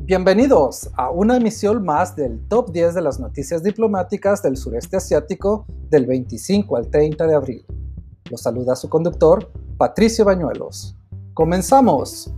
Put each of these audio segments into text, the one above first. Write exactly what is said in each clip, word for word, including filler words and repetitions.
Bienvenidos a una emisión más del Top diez de las noticias diplomáticas del sureste asiático del veinticinco al treinta de abril. Los saluda su conductor, Patricio Bañuelos. ¡Comenzamos!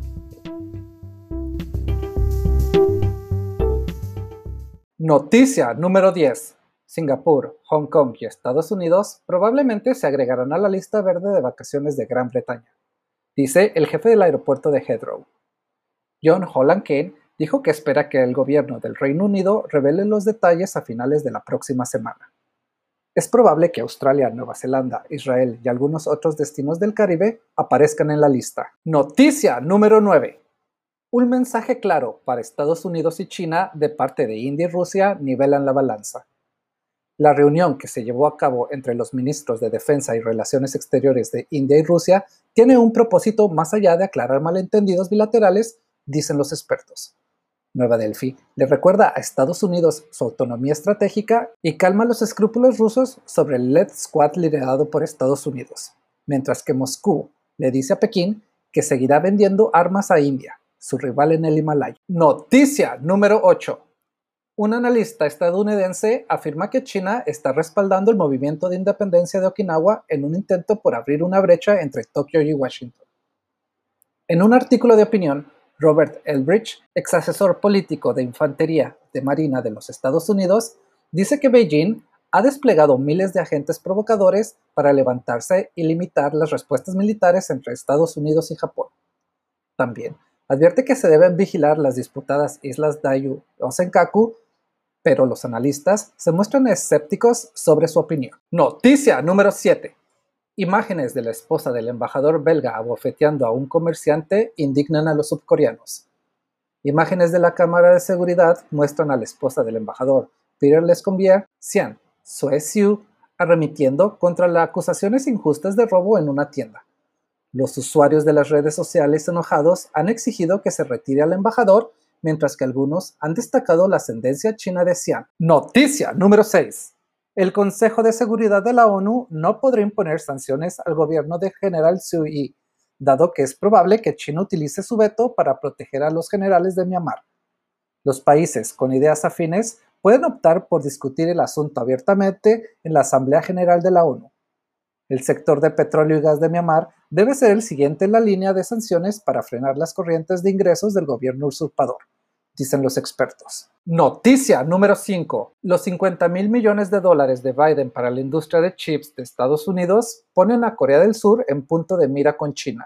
Noticia número diez. Singapur, Hong Kong y Estados Unidos probablemente se agregarán a la lista verde de vacaciones de Gran Bretaña, dice el jefe del aeropuerto de Heathrow. John Holland Kane dijo que espera que el gobierno del Reino Unido revele los detalles a finales de la próxima semana. Es probable que Australia, Nueva Zelanda, Israel y algunos otros destinos del Caribe aparezcan en la lista. Noticia número nueve. Un mensaje claro para Estados Unidos y China de parte de India y Rusia nivelan la balanza. La reunión que se llevó a cabo entre los ministros de Defensa y Relaciones Exteriores de India y Rusia tiene un propósito más allá de aclarar malentendidos bilaterales, dicen los expertos. Nueva Delhi le recuerda a Estados Unidos su autonomía estratégica y calma los escrúpulos rusos sobre el Lead Squad liderado por Estados Unidos, mientras que Moscú le dice a Pekín que seguirá vendiendo armas a India, su rival en el Himalaya. Noticia número ocho. Un analista estadounidense afirma que China está respaldando el movimiento de independencia de Okinawa en un intento por abrir una brecha entre Tokio y Washington. En un artículo de opinión, Robert Elbridge, ex asesor político de infantería de Marina de los Estados Unidos, dice que Beijing ha desplegado miles de agentes provocadores para levantarse y limitar las respuestas militares entre Estados Unidos y Japón. También advierte que se deben vigilar las disputadas islas Diaoyu o Senkaku, pero los analistas se muestran escépticos sobre su opinión. Noticia número siete. Imágenes de la esposa del embajador belga abofeteando a un comerciante indignan a los subcoreanos. Imágenes de la cámara de seguridad muestran a la esposa del embajador, Peter Lescombier, Sian Soe-Siu, arremetiendo contra las acusaciones injustas de robo en una tienda. Los usuarios de las redes sociales enojados han exigido que se retire al embajador, mientras que algunos han destacado la ascendencia china de Xi'an. Noticia número seis. El Consejo de Seguridad de la ONU no podrá imponer sanciones al gobierno del general Suu Kyi, dado que es probable que China utilice su veto para proteger a los generales de Myanmar. Los países con ideas afines pueden optar por discutir el asunto abiertamente en la Asamblea General de la ONU. El sector de petróleo y gas de Myanmar debe ser el siguiente en la línea de sanciones para frenar las corrientes de ingresos del gobierno usurpador, dicen los expertos. Noticia número cinco. Los cincuenta mil millones de dólares de Biden para la industria de chips de Estados Unidos ponen a Corea del Sur en punto de mira con China.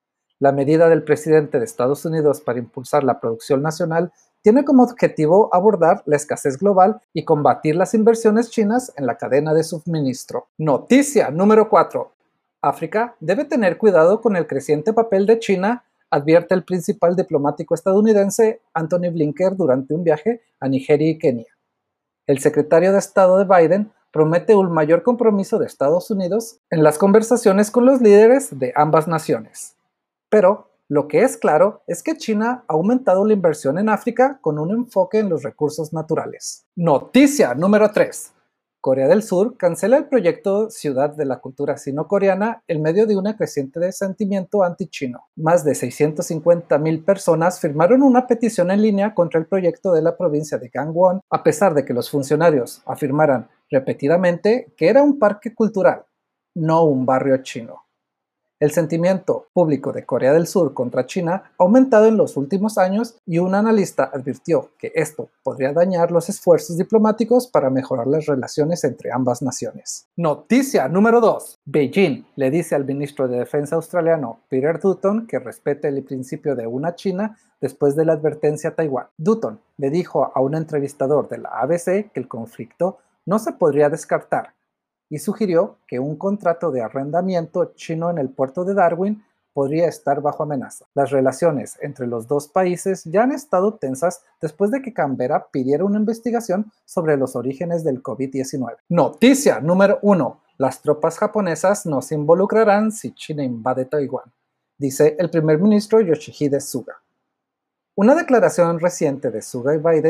La medida del presidente de Estados Unidos para impulsar la producción nacional tiene como objetivo abordar la escasez global y combatir las inversiones chinas en la cadena de suministro. Noticia número cuatro. África debe tener cuidado con el creciente papel de China, advierte el principal diplomático estadounidense Antony Blinken durante un viaje a Nigeria y Kenia. El secretario de Estado de Biden promete un mayor compromiso de Estados Unidos en las conversaciones con los líderes de ambas naciones. Pero lo que es claro es que China ha aumentado la inversión en África con un enfoque en los recursos naturales. Noticia número tres. Corea del Sur cancela el proyecto Ciudad de la Cultura Sino-Coreana en medio de un creciente sentimiento anti-chino. Más de seiscientas cincuenta mil personas firmaron una petición en línea contra el proyecto de la provincia de Gangwon, a pesar de que los funcionarios afirmaran repetidamente que era un parque cultural, no un barrio chino. El sentimiento público de Corea del Sur contra China ha aumentado en los últimos años y un analista advirtió que esto podría dañar los esfuerzos diplomáticos para mejorar las relaciones entre ambas naciones. Noticia número dos. Beijing le dice al ministro de Defensa australiano Peter Dutton que respete el principio de una China después de la advertencia a Taiwán. Dutton le dijo a un entrevistador de la A B C que el conflicto no se podría descartar y sugirió que un contrato de arrendamiento chino en el puerto de Darwin podría estar bajo amenaza. Las relaciones entre los dos países ya han estado tensas después de que Canberra pidiera una investigación sobre los orígenes del COVID diecinueve. Noticia número uno. Las tropas japonesas no se involucrarán si China invade Taiwán, dice el primer ministro Yoshihide Suga. Una declaración reciente de Suga y Biden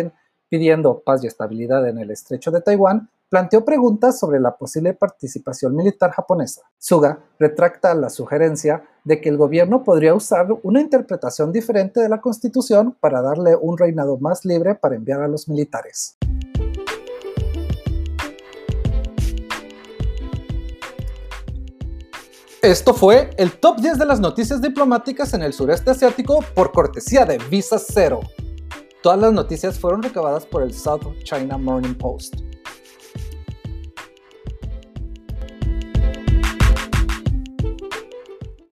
pidiendo paz y estabilidad en el estrecho de Taiwán, planteó preguntas sobre la posible participación militar japonesa. Suga retracta la sugerencia de que el gobierno podría usar una interpretación diferente de la Constitución para darle un reinado más libre para enviar a los militares. Esto fue el top diez de las noticias diplomáticas en el sureste asiático por cortesía de Visa Zero. Todas las noticias fueron recabadas por el South China Morning Post.